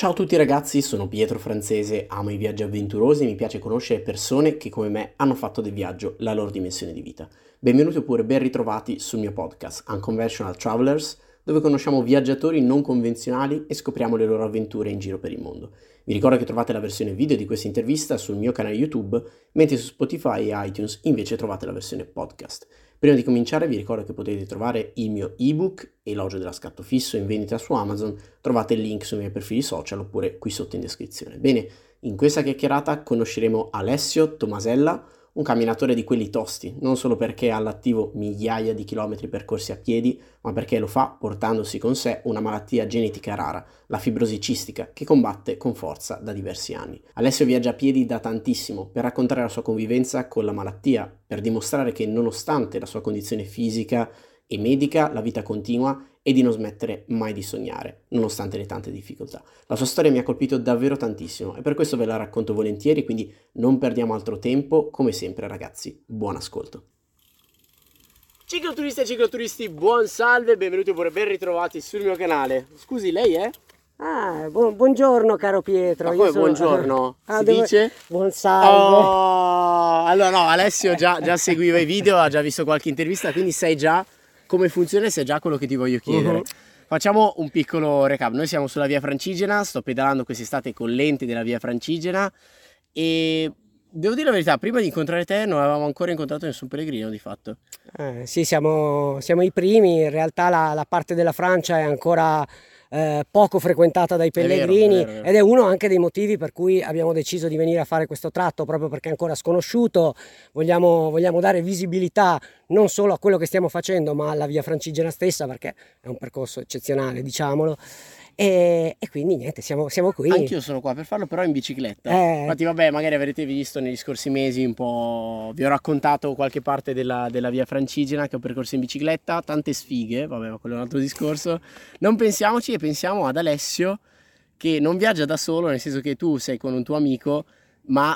Ciao a tutti ragazzi, sono Pietro Francese, amo i viaggi avventurosi e mi piace conoscere persone che come me hanno fatto del viaggio la loro dimensione di vita. Benvenuti oppure ben ritrovati sul mio podcast Unconventional Travelers, dove conosciamo viaggiatori non convenzionali e scopriamo le loro avventure in giro per il mondo. Vi ricordo che trovate la versione video di questa intervista sul mio canale YouTube, mentre su Spotify e iTunes invece trovate la versione podcast. Prima di cominciare vi ricordo che potete trovare il mio ebook Elogio della scatto fisso in vendita su Amazon, trovate il link sui miei profili social oppure qui sotto in descrizione. Bene, in questa chiacchierata conosceremo Alessio Tomasella, un camminatore di quelli tosti, non solo perché ha all'attivo migliaia di chilometri percorsi a piedi, ma perché lo fa portandosi con sé una malattia genetica rara, la fibrosi cistica, che combatte con forza da diversi anni. Alessio viaggia a piedi da tantissimo per raccontare la sua convivenza con la malattia, per dimostrare che nonostante la sua condizione fisica e medica, la vita continua e di non smettere mai di sognare, nonostante le tante difficoltà. La sua storia mi ha colpito davvero tantissimo e per questo ve la racconto volentieri, quindi non perdiamo altro tempo. Come sempre ragazzi, buon ascolto. Cicloturisti e cicloturisti, buon salve, benvenuti oppure ben ritrovati sul mio canale. Scusi, lei è? Buongiorno caro Pietro. Ma come buongiorno? Si dice? Buon salve. Oh, allora no, Alessio già seguiva i video, ha già visto qualche intervista, quindi sai già come funziona e sai già quello che ti voglio chiedere. Facciamo un piccolo recap. Noi siamo sulla via Francigena, sto pedalando quest'estate con lenti della via Francigena e devo dire la verità, prima di incontrare te non avevamo ancora incontrato nessun pellegrino di fatto. Sì, siamo i primi. In realtà la parte della Francia è ancora poco frequentata dai pellegrini, è vero. ed è uno anche dei motivi per cui abbiamo deciso di venire a fare questo tratto, proprio perché è ancora sconosciuto. Vogliamo dare visibilità non solo a quello che stiamo facendo, ma alla via Francigena stessa, perché è un percorso eccezionale, diciamolo. E quindi niente, siamo qui. Anch'io sono qua per farlo, però in bicicletta. Infatti vabbè, magari avrete visto negli scorsi mesi un po', vi ho raccontato qualche parte della via Francigena che ho percorso in bicicletta, tante sfighe, vabbè, ma quello è un altro discorso. Non pensiamoci e pensiamo ad Alessio che non viaggia da solo, nel senso che tu sei con un tuo amico, ma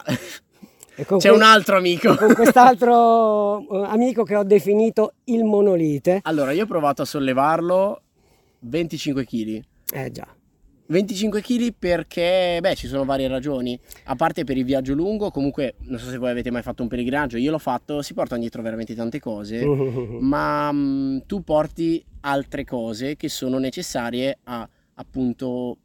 c'è un altro amico. Con quest'altro amico che ho definito il monolite. Allora, io ho provato a sollevarlo 25 kg. Già. 25 kg perché, ci sono varie ragioni. A parte per il viaggio lungo, comunque, non so se voi avete mai fatto un pellegrinaggio, io l'ho fatto, si portano dietro veramente tante cose, ma tu porti altre cose che sono necessarie a, appunto,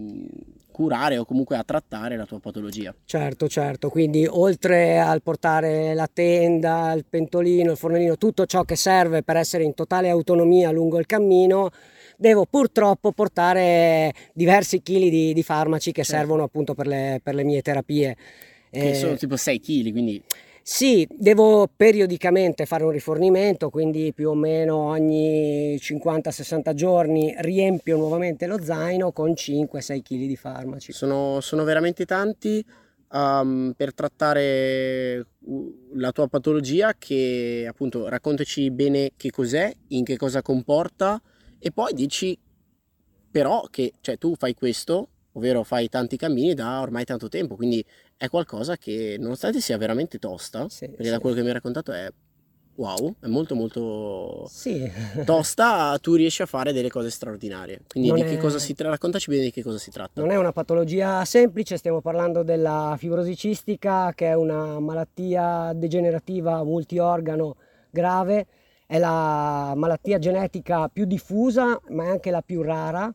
curare o comunque a trattare la tua patologia. Certo, quindi oltre al portare la tenda, il pentolino, il fornellino, tutto ciò che serve per essere in totale autonomia lungo il cammino, devo purtroppo portare diversi chili di farmaci che servono appunto per le mie terapie. Che sono tipo 6 kg, quindi... Sì, devo periodicamente fare un rifornimento, quindi più o meno ogni 50-60 giorni riempio nuovamente lo zaino con 5-6 kg di farmaci. Sono veramente tanti per trattare la tua patologia, che appunto raccontaci bene che cos'è, in che cosa comporta e poi dici però che tu fai questo, ovvero fai tanti cammini da ormai tanto tempo, quindi è qualcosa che nonostante sia veramente tosta, perché da quello che mi hai raccontato è wow, è molto molto tosta, tu riesci a fare delle cose straordinarie. Quindi che cosa si tratta? Raccontaci bene di che cosa si tratta. Non è una patologia semplice, stiamo parlando della fibrosi cistica, che è una malattia degenerativa multiorgano grave, è la malattia genetica più diffusa, ma è anche la più rara.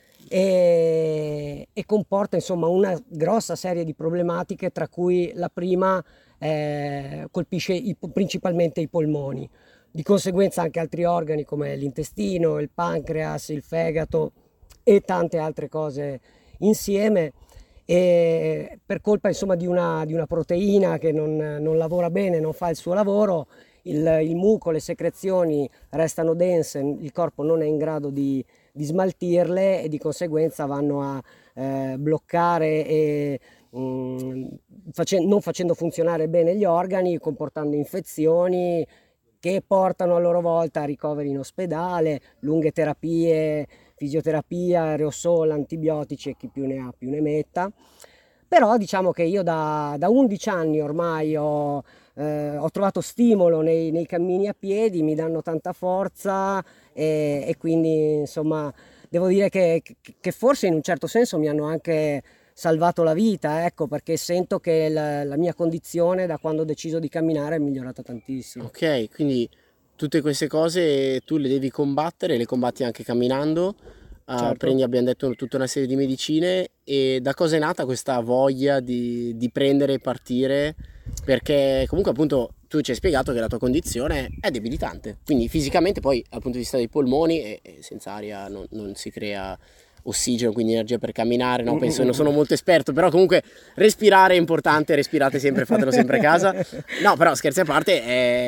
E comporta insomma una grossa serie di problematiche, tra cui la prima colpisce principalmente i polmoni, di conseguenza anche altri organi come l'intestino, il pancreas, il fegato e tante altre cose insieme, e per colpa insomma di una proteina che non lavora bene, non fa il suo lavoro, il muco, le secrezioni restano dense, il corpo non è in grado di smaltirle e di conseguenza vanno a bloccare e non facendo funzionare bene gli organi, comportando infezioni che portano a loro volta a ricoveri in ospedale, lunghe terapie, fisioterapia, aerosol, antibiotici e chi più ne ha più ne metta. Però diciamo che io da 11 anni ormai ho trovato stimolo nei cammini a piedi, mi danno tanta forza e quindi insomma devo dire che forse in un certo senso mi hanno anche salvato la vita, ecco, perché sento che la mia condizione da quando ho deciso di camminare è migliorata tantissimo. Ok, quindi tutte queste cose tu le devi combattere, le combatti anche camminando. Certo. Prendi, abbiamo detto, tutta una serie di medicine. E da cosa è nata questa voglia di prendere e partire? Perché comunque appunto tu ci hai spiegato che la tua condizione è debilitante, quindi fisicamente poi dal punto di vista dei polmoni e senza aria non si crea ossigeno, quindi energia per camminare, no? Penso, non sono molto esperto, però comunque respirare è importante, respirate sempre, fatelo sempre a casa. No, però scherzi a parte,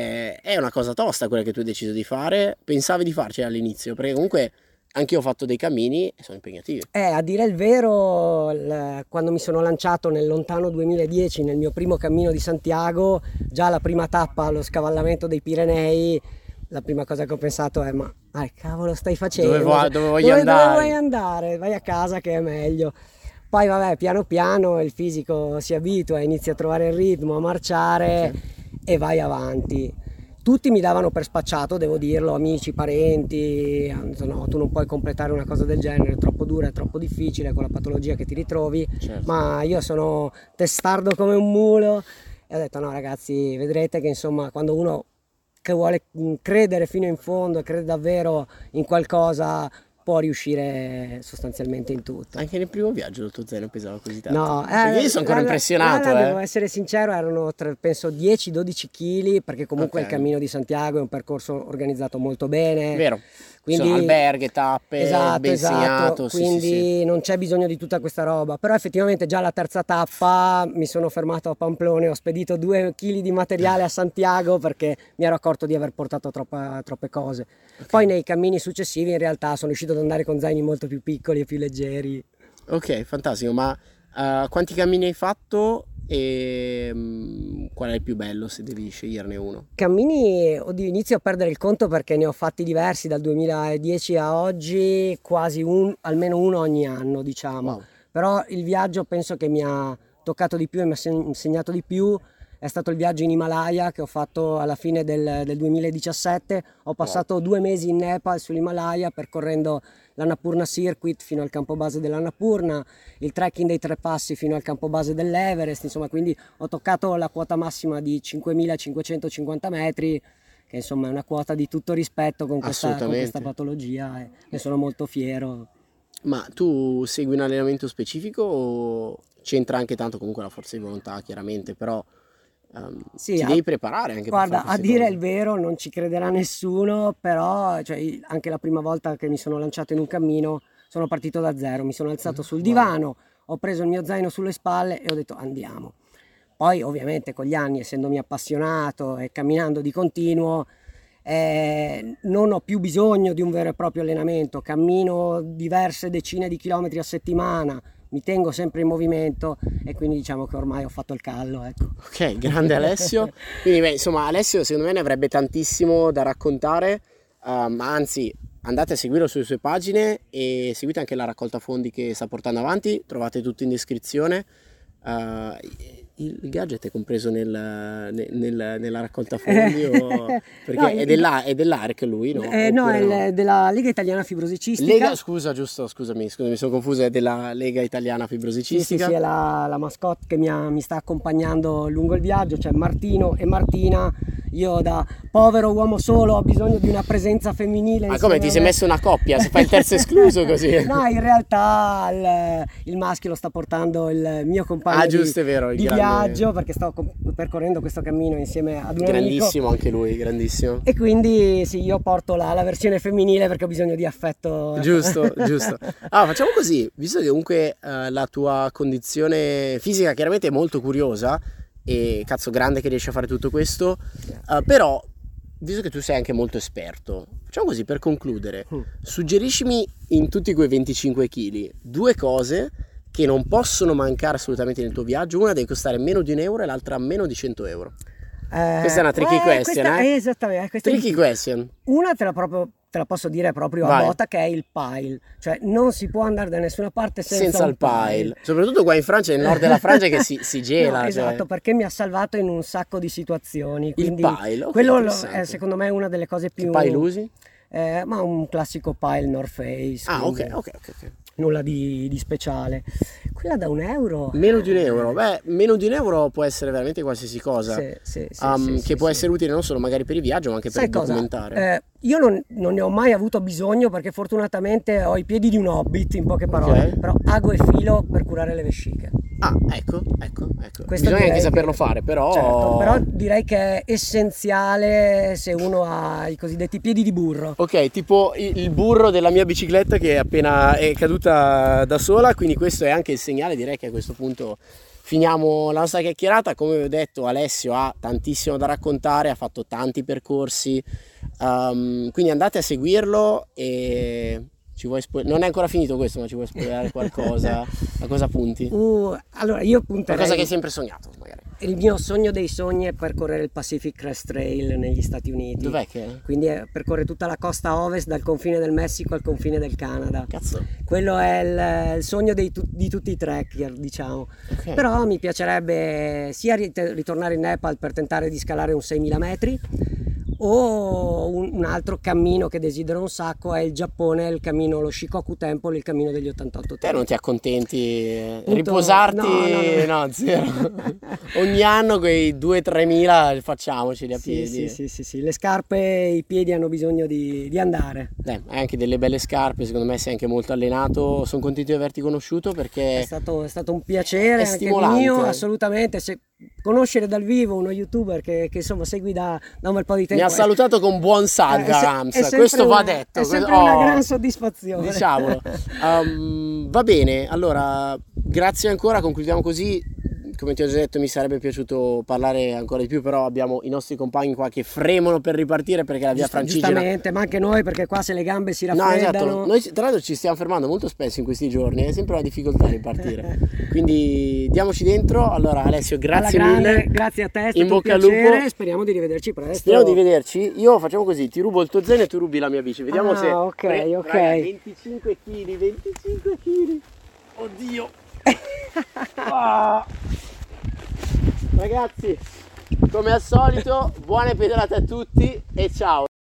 è una cosa tosta quella che tu hai deciso di fare. Pensavi di farcela all'inizio? Perché comunque anch'io ho fatto dei cammini e sono impegnativi. A dire il vero, quando mi sono lanciato nel lontano 2010 nel mio primo cammino di Santiago, già la prima tappa, lo scavallamento dei Pirenei, la prima cosa che ho pensato è: ma cavolo stai facendo? Dove voglio andare? Dove vuoi andare? Vai a casa che è meglio. Poi vabbè, piano piano il fisico si abitua, inizi a trovare il ritmo, a marciare e vai avanti. Tutti mi davano per spacciato, devo dirlo, amici, parenti, no, tu non puoi completare una cosa del genere, è troppo dura, è troppo difficile con la patologia che ti ritrovi, ma io sono testardo come un mulo e ho detto: no ragazzi, vedrete che insomma quando uno che vuole credere fino in fondo e crede davvero in qualcosa può riuscire sostanzialmente in tutto. Anche nel primo viaggio il tuo zaino pesava così tanto? No, io sono ancora impressionato. Devo essere sincero, erano penso 10-12 kg, perché comunque il Cammino di Santiago è un percorso organizzato molto bene. Vero. Quindi, sono alberghe, tappe, ben segnato. Quindi non c'è bisogno di tutta questa roba. Però effettivamente già la terza tappa mi sono fermato a Pamplone, ho spedito 2 kg di materiale a Santiago perché mi ero accorto di aver portato troppe cose. Poi nei cammini successivi in realtà sono riuscito ad andare con zaini molto più piccoli e più leggeri. Ok, fantastico, ma quanti cammini hai fatto e qual è il più bello se devi sceglierne uno? Cammini, inizio a perdere il conto perché ne ho fatti diversi dal 2010 a oggi, quasi almeno uno ogni anno, diciamo. Wow. Però il viaggio penso che mi ha toccato di più e mi ha insegnato di più. È stato il viaggio in Himalaya che ho fatto alla fine del 2017. Ho passato 2 mesi in Nepal sull'Himalaya percorrendo l'Annapurna Circuit fino al campo base dell'Annapurna, il trekking dei 3 passi fino al campo base dell'Everest, insomma, quindi ho toccato la quota massima di 5.550 metri, che insomma è una quota di tutto rispetto con questa patologia e ne sono molto fiero. Ma tu segui un allenamento specifico o c'entra anche tanto comunque la forza di volontà, chiaramente, però ti devi preparare anche. Guarda, per fare a dire cose. il vero non ci crederà nessuno, però anche la prima volta che mi sono lanciato in un cammino sono partito da zero, mi sono alzato sul divano, ho preso il mio zaino sulle spalle e ho detto andiamo. Poi ovviamente con gli anni, essendomi appassionato e camminando di continuo, non ho più bisogno di un vero e proprio allenamento, cammino diverse decine di chilometri a settimana, mi tengo sempre in movimento e quindi diciamo che ormai ho fatto il callo, ecco. Ok, grande Alessio. Quindi insomma Alessio secondo me ne avrebbe tantissimo da raccontare, ma anzi andate a seguirlo sulle sue pagine e seguite anche la raccolta fondi che sta portando avanti, trovate tutto in descrizione. Il gadget è compreso nella raccolta fondi perché no, è dell'ARC lui, no? No, è della Lega Italiana Fibrosi Cistica. Scusami, mi sono confuso, è della Lega Italiana Fibrosi Cistica. Sì, è la mascotte che mi sta accompagnando lungo il viaggio, cioè Martino e Martina. Io da povero uomo solo ho bisogno di una presenza femminile. Ma come ti sei messo una coppia? Se fai il terzo escluso così? No, in realtà il maschio lo sta portando il mio compagno di viaggio, perché sto percorrendo questo cammino insieme ad un grandissimo amico. Anche lui, grandissimo. E quindi sì, io porto la versione femminile perché ho bisogno di affetto. Giusto. Allora, facciamo così, visto che comunque la tua condizione fisica chiaramente è molto curiosa e cazzo grande che riesci a fare tutto questo, però visto che tu sei anche molto esperto, facciamo così per concludere, suggeriscimi in tutti quei 25 kg 2 cose che non possono mancare assolutamente nel tuo viaggio. Una deve costare meno di €1 e l'altra meno di €100. Questa è una tricky question, Esattamente, tricky question. Una te la posso dire proprio a botta, che è il pile, cioè non si può andare da nessuna parte senza il pile. Soprattutto qua in Francia, nel nord della Francia, che si gela. No, esatto, perché mi ha salvato in un sacco di situazioni. Quindi il pile, quello è secondo me una delle cose più. Che pile usi? ma un classico pile North Face. Ah, quindi ok. nulla di speciale. Quella da €1. Meno di €1, beh, meno di €1 può essere veramente qualsiasi cosa, che può essere utile non solo magari per il viaggio, ma anche per Sai cosa? documentare. Io non ne ho mai avuto bisogno perché fortunatamente ho i piedi di un hobbit, in poche parole, Ok. però ago e filo per curare le vesciche. Ah, ecco. Questo Bisogna direi anche saperlo che- fare, però... Certo, però direi che è essenziale se uno ha i cosiddetti piedi di burro. Ok, tipo il burro della mia bicicletta che è caduta da sola, quindi questo è anche il segnale, direi che a questo punto finiamo la nostra chiacchierata. Come vi ho detto, Alessio ha tantissimo da raccontare, ha fatto tanti percorsi, quindi andate a seguirlo e non è ancora finito questo, ma ci vuoi spoilerare qualcosa? A cosa punti? Allora io punterei... Qualcosa che hai sempre sognato, magari. Il mio sogno dei sogni è percorrere il Pacific Crest Trail negli Stati Uniti. Dov'è che è? Quindi percorre tutta la costa ovest dal confine del Messico al confine del Canada. Cazzo. Quello è il sogno di tutti i trekker, diciamo. Ok. Però mi piacerebbe sia ritornare in Nepal per tentare di scalare un 6.000 metri, o un altro cammino che desidero un sacco è il Giappone, il cammino, lo Shikoku Temple, il cammino degli 88 Te templi. non ti accontenti, Punto- riposarti, no. no, zero. Ogni anno quei 2-3 mila facciamoceli a Sì, piedi. sì, le scarpe e i piedi hanno bisogno di andare. Hai anche delle belle scarpe, secondo me sei anche molto allenato. Sono contento di averti conosciuto È perché stato un piacere, è anche stimolante. mio, assolutamente. Conoscere dal vivo uno youtuber che insomma segui da un bel po' di tempo mi ha salutato con buon salve è Rams, sempre questo va una- detto. È sempre Oh, una gran soddisfazione. diciamolo. Va bene, allora grazie ancora, concludiamo così. Come ti ho già detto, mi sarebbe piaciuto parlare ancora di più, però abbiamo i nostri compagni qua che fremono per ripartire perché la via Francigena... Giustamente, ma anche noi, perché qua se le gambe si No, raffreddano. esatto, noi tra l'altro ci stiamo fermando molto spesso in questi giorni, è sempre una difficoltà a ripartire, quindi diamoci dentro. Allora Alessio, grazie Alla grande, mille, grazie a te, è stato in bocca un al piacere, lupo. speriamo di rivederci presto. Speriamo di vederci. Io facciamo così, ti rubo il tuo zaino e tu rubi la mia bici, vediamo se... ok. Raga, 25 kg, oddio. Ah. Ragazzi, come al solito, buone pedalate a tutti e ciao.